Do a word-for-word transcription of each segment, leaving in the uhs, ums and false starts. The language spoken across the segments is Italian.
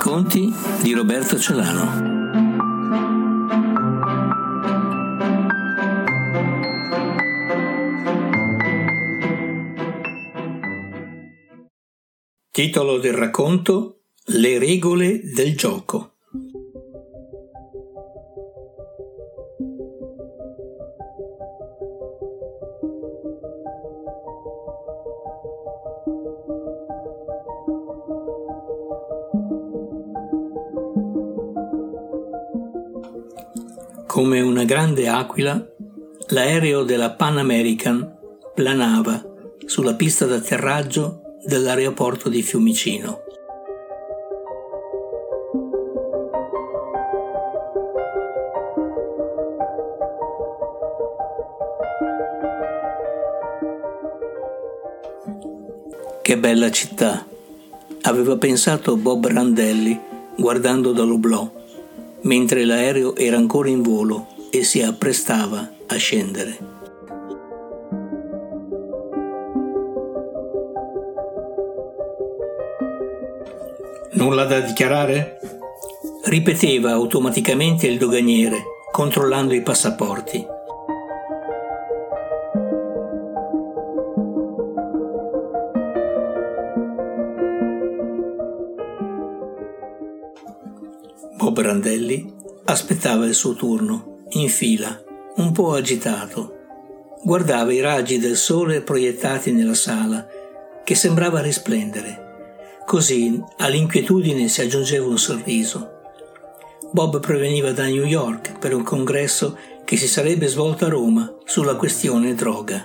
Racconti di Roberto Celano. Titolo del racconto: Le regole del gioco. Come una grande aquila, l'aereo della Pan American planava sulla pista d'atterraggio dell'aeroporto di Fiumicino. Che bella città, aveva pensato Bob Randelli guardando dall'oblò, mentre l'aereo era ancora in volo e si apprestava a scendere. Nulla da dichiarare? Ripeteva automaticamente il doganiere, controllando i passaporti. Bob Randelli aspettava il suo turno, in fila, un po' agitato. Guardava i raggi del sole proiettati nella sala, che sembrava risplendere. Così all'inquietudine si aggiungeva un sorriso. Bob proveniva da New York per un congresso che si sarebbe svolto a Roma sulla questione droga.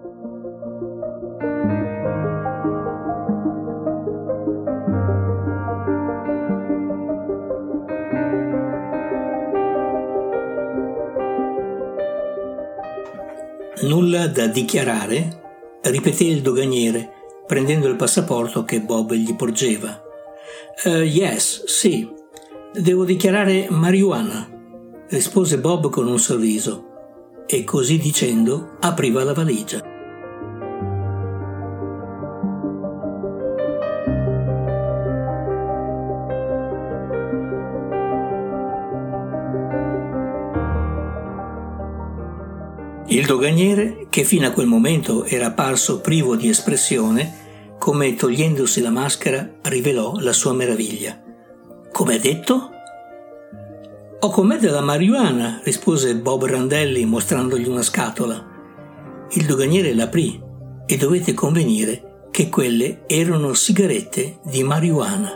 Nulla da dichiarare? Ripeté il doganiere, prendendo il passaporto che Bob gli porgeva. Uh, yes, sì. Devo dichiarare marijuana, rispose Bob con un sorriso, e così dicendo apriva la valigia. Il doganiere, che fino a quel momento era apparso privo di espressione, come togliendosi la maschera, rivelò la sua meraviglia. «Come ha detto?» «Ho con me della marijuana», rispose Bob Randelli mostrandogli una scatola. Il doganiere l'aprì e dovette convenire che quelle erano sigarette di marijuana.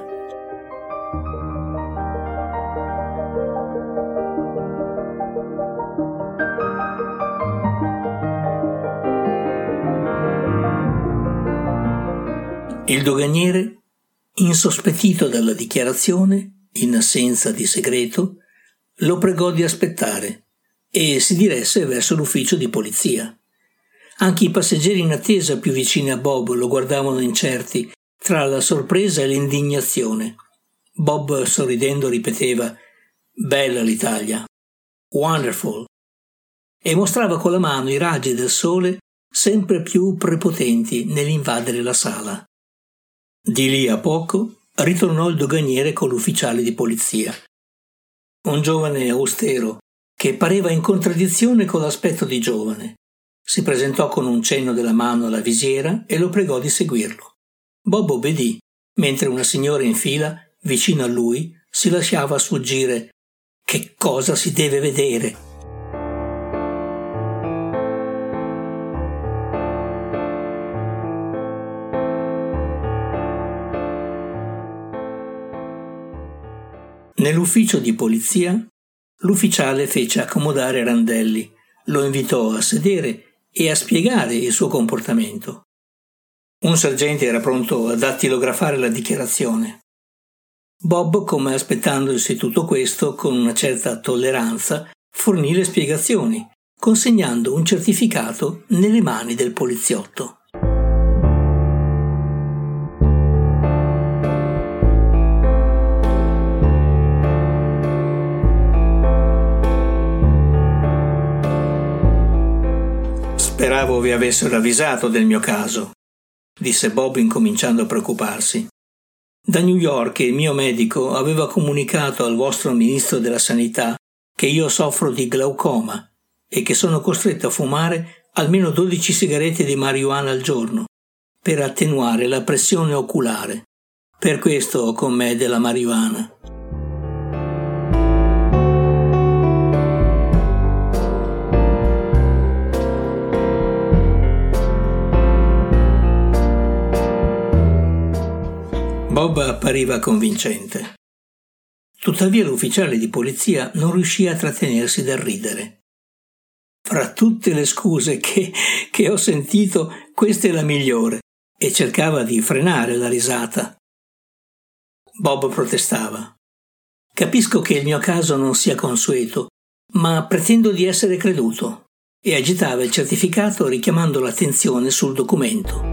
Il doganiere, insospettito dalla dichiarazione, in assenza di segreto, lo pregò di aspettare e si diresse verso l'ufficio di polizia. Anche i passeggeri in attesa più vicini a Bob lo guardavano incerti tra la sorpresa e l'indignazione. Bob, sorridendo, ripeteva «Bella l'Italia! Wonderful!» e mostrava con la mano i raggi del sole sempre più prepotenti nell'invadere la sala. Di lì a poco ritornò il doganiere con l'ufficiale di polizia. Un giovane austero, che pareva in contraddizione con l'aspetto di giovane. Si presentò con un cenno della mano alla visiera e lo pregò di seguirlo. Bob obbedì, mentre una signora in fila, vicino a lui, si lasciava sfuggire «Che cosa si deve vedere?» Nell'ufficio di polizia, l'ufficiale fece accomodare Randelli, lo invitò a sedere e a spiegare il suo comportamento. Un sergente era pronto a dattilografare la dichiarazione. Bob, come aspettandosi tutto questo con una certa tolleranza, fornì le spiegazioni, consegnando un certificato nelle mani del poliziotto. Speravo vi avessero avvisato del mio caso, disse Bob incominciando a preoccuparsi. Da New York il mio medico aveva comunicato al vostro ministro della Sanità che io soffro di glaucoma e che sono costretto a fumare almeno dodici sigarette di marijuana al giorno per attenuare la pressione oculare. Per questo ho con me della marijuana. Bob appariva convincente. Tuttavia l'ufficiale di polizia non riuscì a trattenersi dal ridere. Fra tutte le scuse che, che ho sentito, questa è la migliore, e cercava di frenare la risata. Bob protestava. Capisco che il mio caso non sia consueto, ma pretendo di essere creduto, e agitava il certificato richiamando l'attenzione sul documento.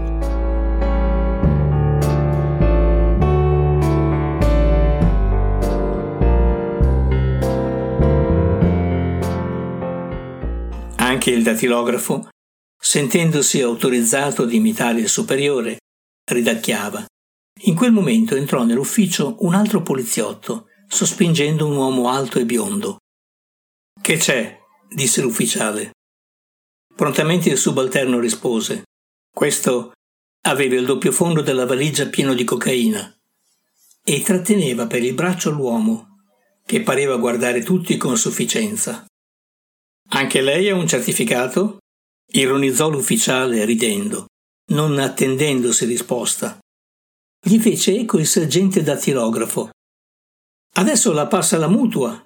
Anche il datilografo, sentendosi autorizzato ad imitare il superiore, ridacchiava. In quel momento entrò nell'ufficio un altro poliziotto, sospingendo un uomo alto e biondo. «Che c'è?» disse l'ufficiale. Prontamente il subalterno rispose. Questo aveva il doppio fondo della valigia pieno di cocaina e tratteneva per il braccio l'uomo, che pareva guardare tutti con sufficienza. «Anche lei ha un certificato?» ironizzò l'ufficiale ridendo, non attendendosi risposta. Gli fece eco il sergente dattilografo. «Adesso la passa la mutua!»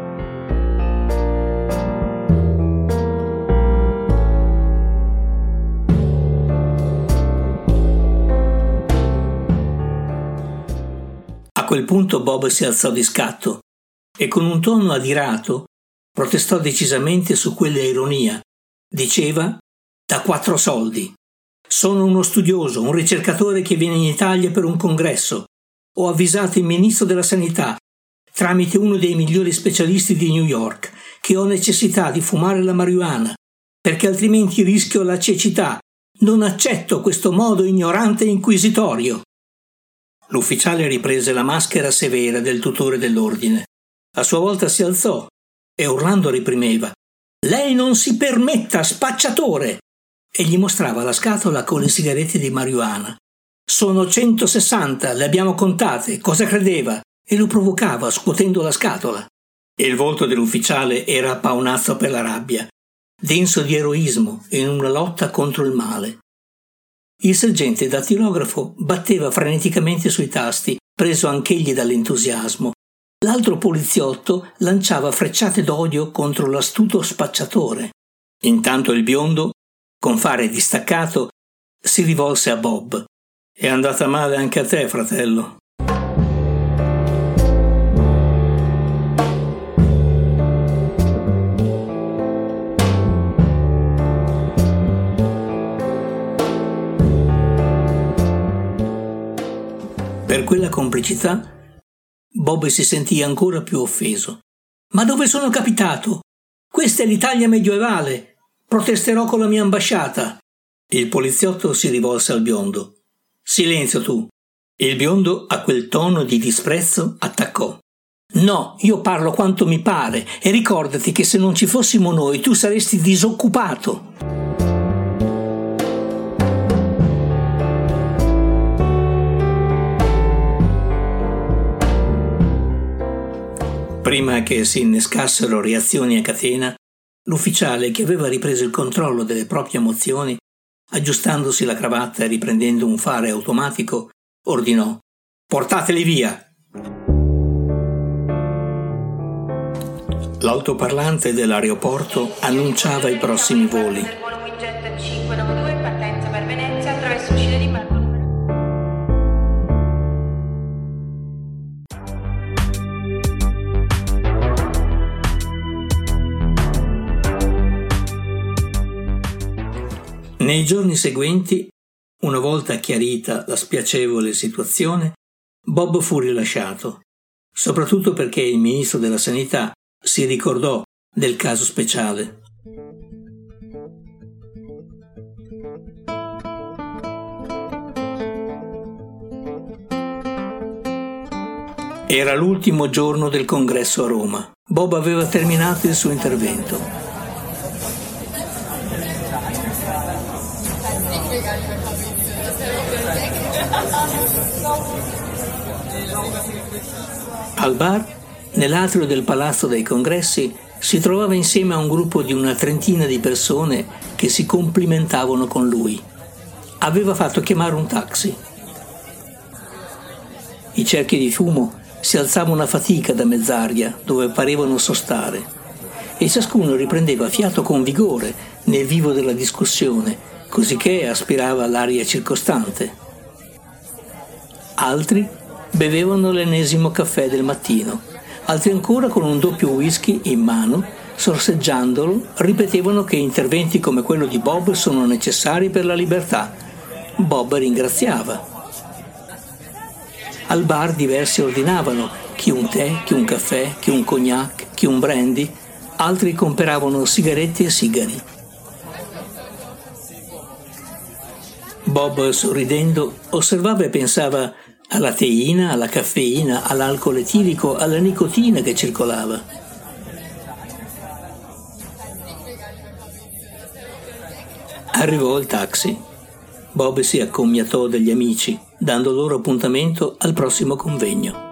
A quel punto Bob si alzò di scatto e con un tono adirato protestò decisamente su quella ironia. Diceva: «Da quattro soldi. Sono uno studioso, un ricercatore che viene in Italia per un congresso. Ho avvisato il ministro della Sanità, tramite uno dei migliori specialisti di New York, che ho necessità di fumare la marijuana, perché altrimenti rischio la cecità. Non accetto questo modo ignorante e inquisitorio». L'ufficiale riprese la maschera severa del tutore dell'ordine. A sua volta si alzò e urlando reprimeva: «Lei non si permetta, spacciatore!» e gli mostrava la scatola con le sigarette di marijuana. «Sono centosessanta, le abbiamo contate, cosa credeva?» E lo provocava scuotendo la scatola. Il volto dell'ufficiale era paonazzo per la rabbia, denso di eroismo in una lotta contro il male. Il sergente dattilografo batteva freneticamente sui tasti, preso anch'egli dall'entusiasmo. L'altro poliziotto lanciava frecciate d'odio contro l'astuto spacciatore. Intanto il biondo, con fare distaccato, si rivolse a Bob. «È andata male anche a te, fratello». Per quella complicità Bob si sentì ancora più offeso. «Ma dove sono capitato? Questa è l'Italia medievale! Protesterò con la mia ambasciata!» Il poliziotto si rivolse al biondo. «Silenzio tu!» Il biondo, a quel tono di disprezzo, attaccò. «No, io parlo quanto mi pare e ricordati che se non ci fossimo noi tu saresti disoccupato!» Prima che si innescassero reazioni a catena, l'ufficiale, che aveva ripreso il controllo delle proprie emozioni, aggiustandosi la cravatta e riprendendo un fare automatico, ordinò: «Portateli via!» L'altoparlante dell'aeroporto annunciava i prossimi voli. Nei giorni seguenti, una volta chiarita la spiacevole situazione, Bob fu rilasciato, soprattutto perché il ministro della Sanità si ricordò del caso speciale. Era l'ultimo giorno del congresso a Roma. Bob aveva terminato il suo intervento. Al bar, nell'atrio del Palazzo dei Congressi, si trovava insieme a un gruppo di una trentina di persone che si complimentavano con lui. Aveva fatto chiamare un taxi. I cerchi di fumo si alzavano a fatica da mezz'aria, dove parevano sostare, e ciascuno riprendeva fiato con vigore nel vivo della discussione, cosicché aspirava l'aria circostante. Altri bevevano l'ennesimo caffè del mattino, altri ancora con un doppio whisky in mano, sorseggiandolo, ripetevano che interventi come quello di Bob sono necessari per la libertà. Bob ringraziava. Al bar diversi ordinavano, chi un tè, chi un caffè, chi un cognac, chi un brandy, altri comperavano sigarette e sigari. Bob, sorridendo, osservava e pensava alla teina, alla caffeina, all'alcol etilico, alla nicotina che circolava. Arrivò il taxi. Bob si accomiatò dagli amici, dando loro appuntamento al prossimo convegno.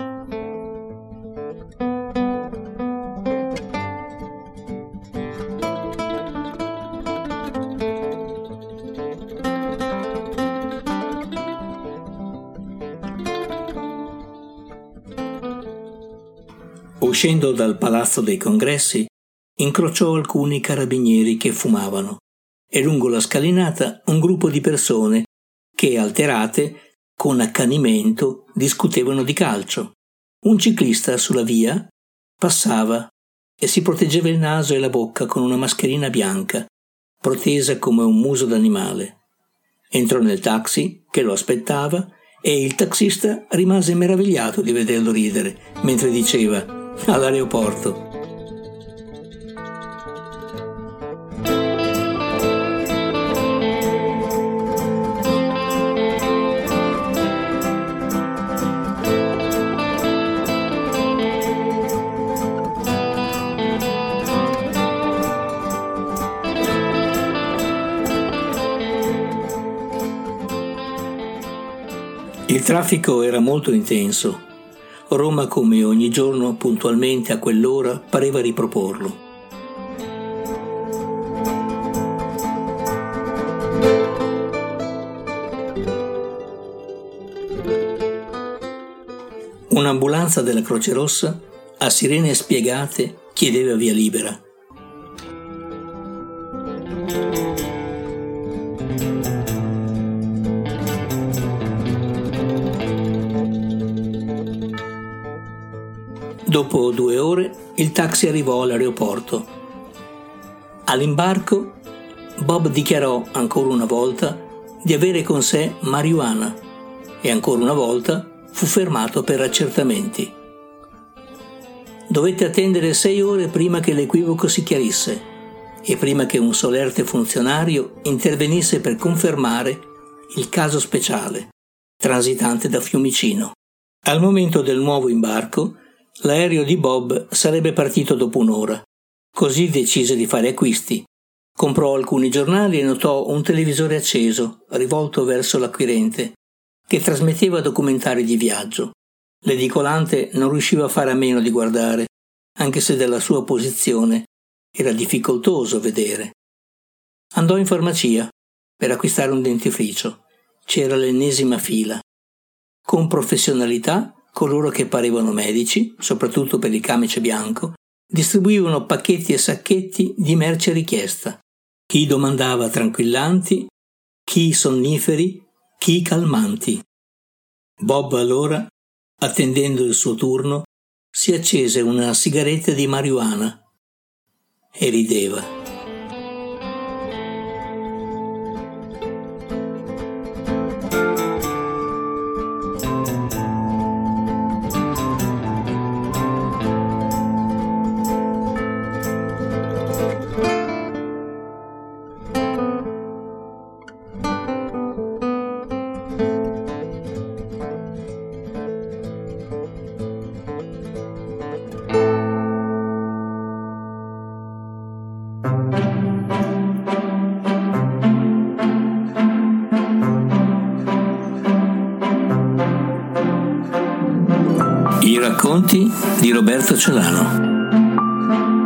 Uscendo dal Palazzo dei Congressi, incrociò alcuni carabinieri che fumavano e lungo la scalinata un gruppo di persone che, alterate, con accanimento, discutevano di calcio. Un ciclista sulla via passava e si proteggeva il naso e la bocca con una mascherina bianca, protesa come un muso d'animale. Entrò nel taxi, che lo aspettava, e il taxista rimase meravigliato di vederlo ridere, mentre diceva «All'aeroporto». Il traffico era molto intenso. Roma, come ogni giorno, puntualmente a quell'ora, pareva riproporlo. Un'ambulanza della Croce Rossa, a sirene spiegate, chiedeva via libera. Dopo due ore il taxi arrivò all'aeroporto. All'imbarco Bob dichiarò ancora una volta di avere con sé marijuana e ancora una volta fu fermato per accertamenti. Dovette attendere sei ore prima che l'equivoco si chiarisse e prima che un solerte funzionario intervenisse per confermare il caso speciale, transitante da Fiumicino. Al momento del nuovo imbarco, l'aereo di Bob sarebbe partito dopo un'ora. Così decise di fare acquisti. Comprò alcuni giornali e notò un televisore acceso, rivolto verso l'acquirente, che trasmetteva documentari di viaggio. L'edicolante non riusciva a fare a meno di guardare, anche se dalla sua posizione era difficoltoso vedere. Andò in farmacia per acquistare un dentifricio. C'era l'ennesima fila. Con professionalità, coloro che parevano medici, soprattutto per il camice bianco, distribuivano pacchetti e sacchetti di merce richiesta. Chi domandava tranquillanti, chi sonniferi, chi calmanti. Bob allora, attendendo il suo turno, si accese una sigaretta di marijuana e rideva. Racconti di Roberto Celano.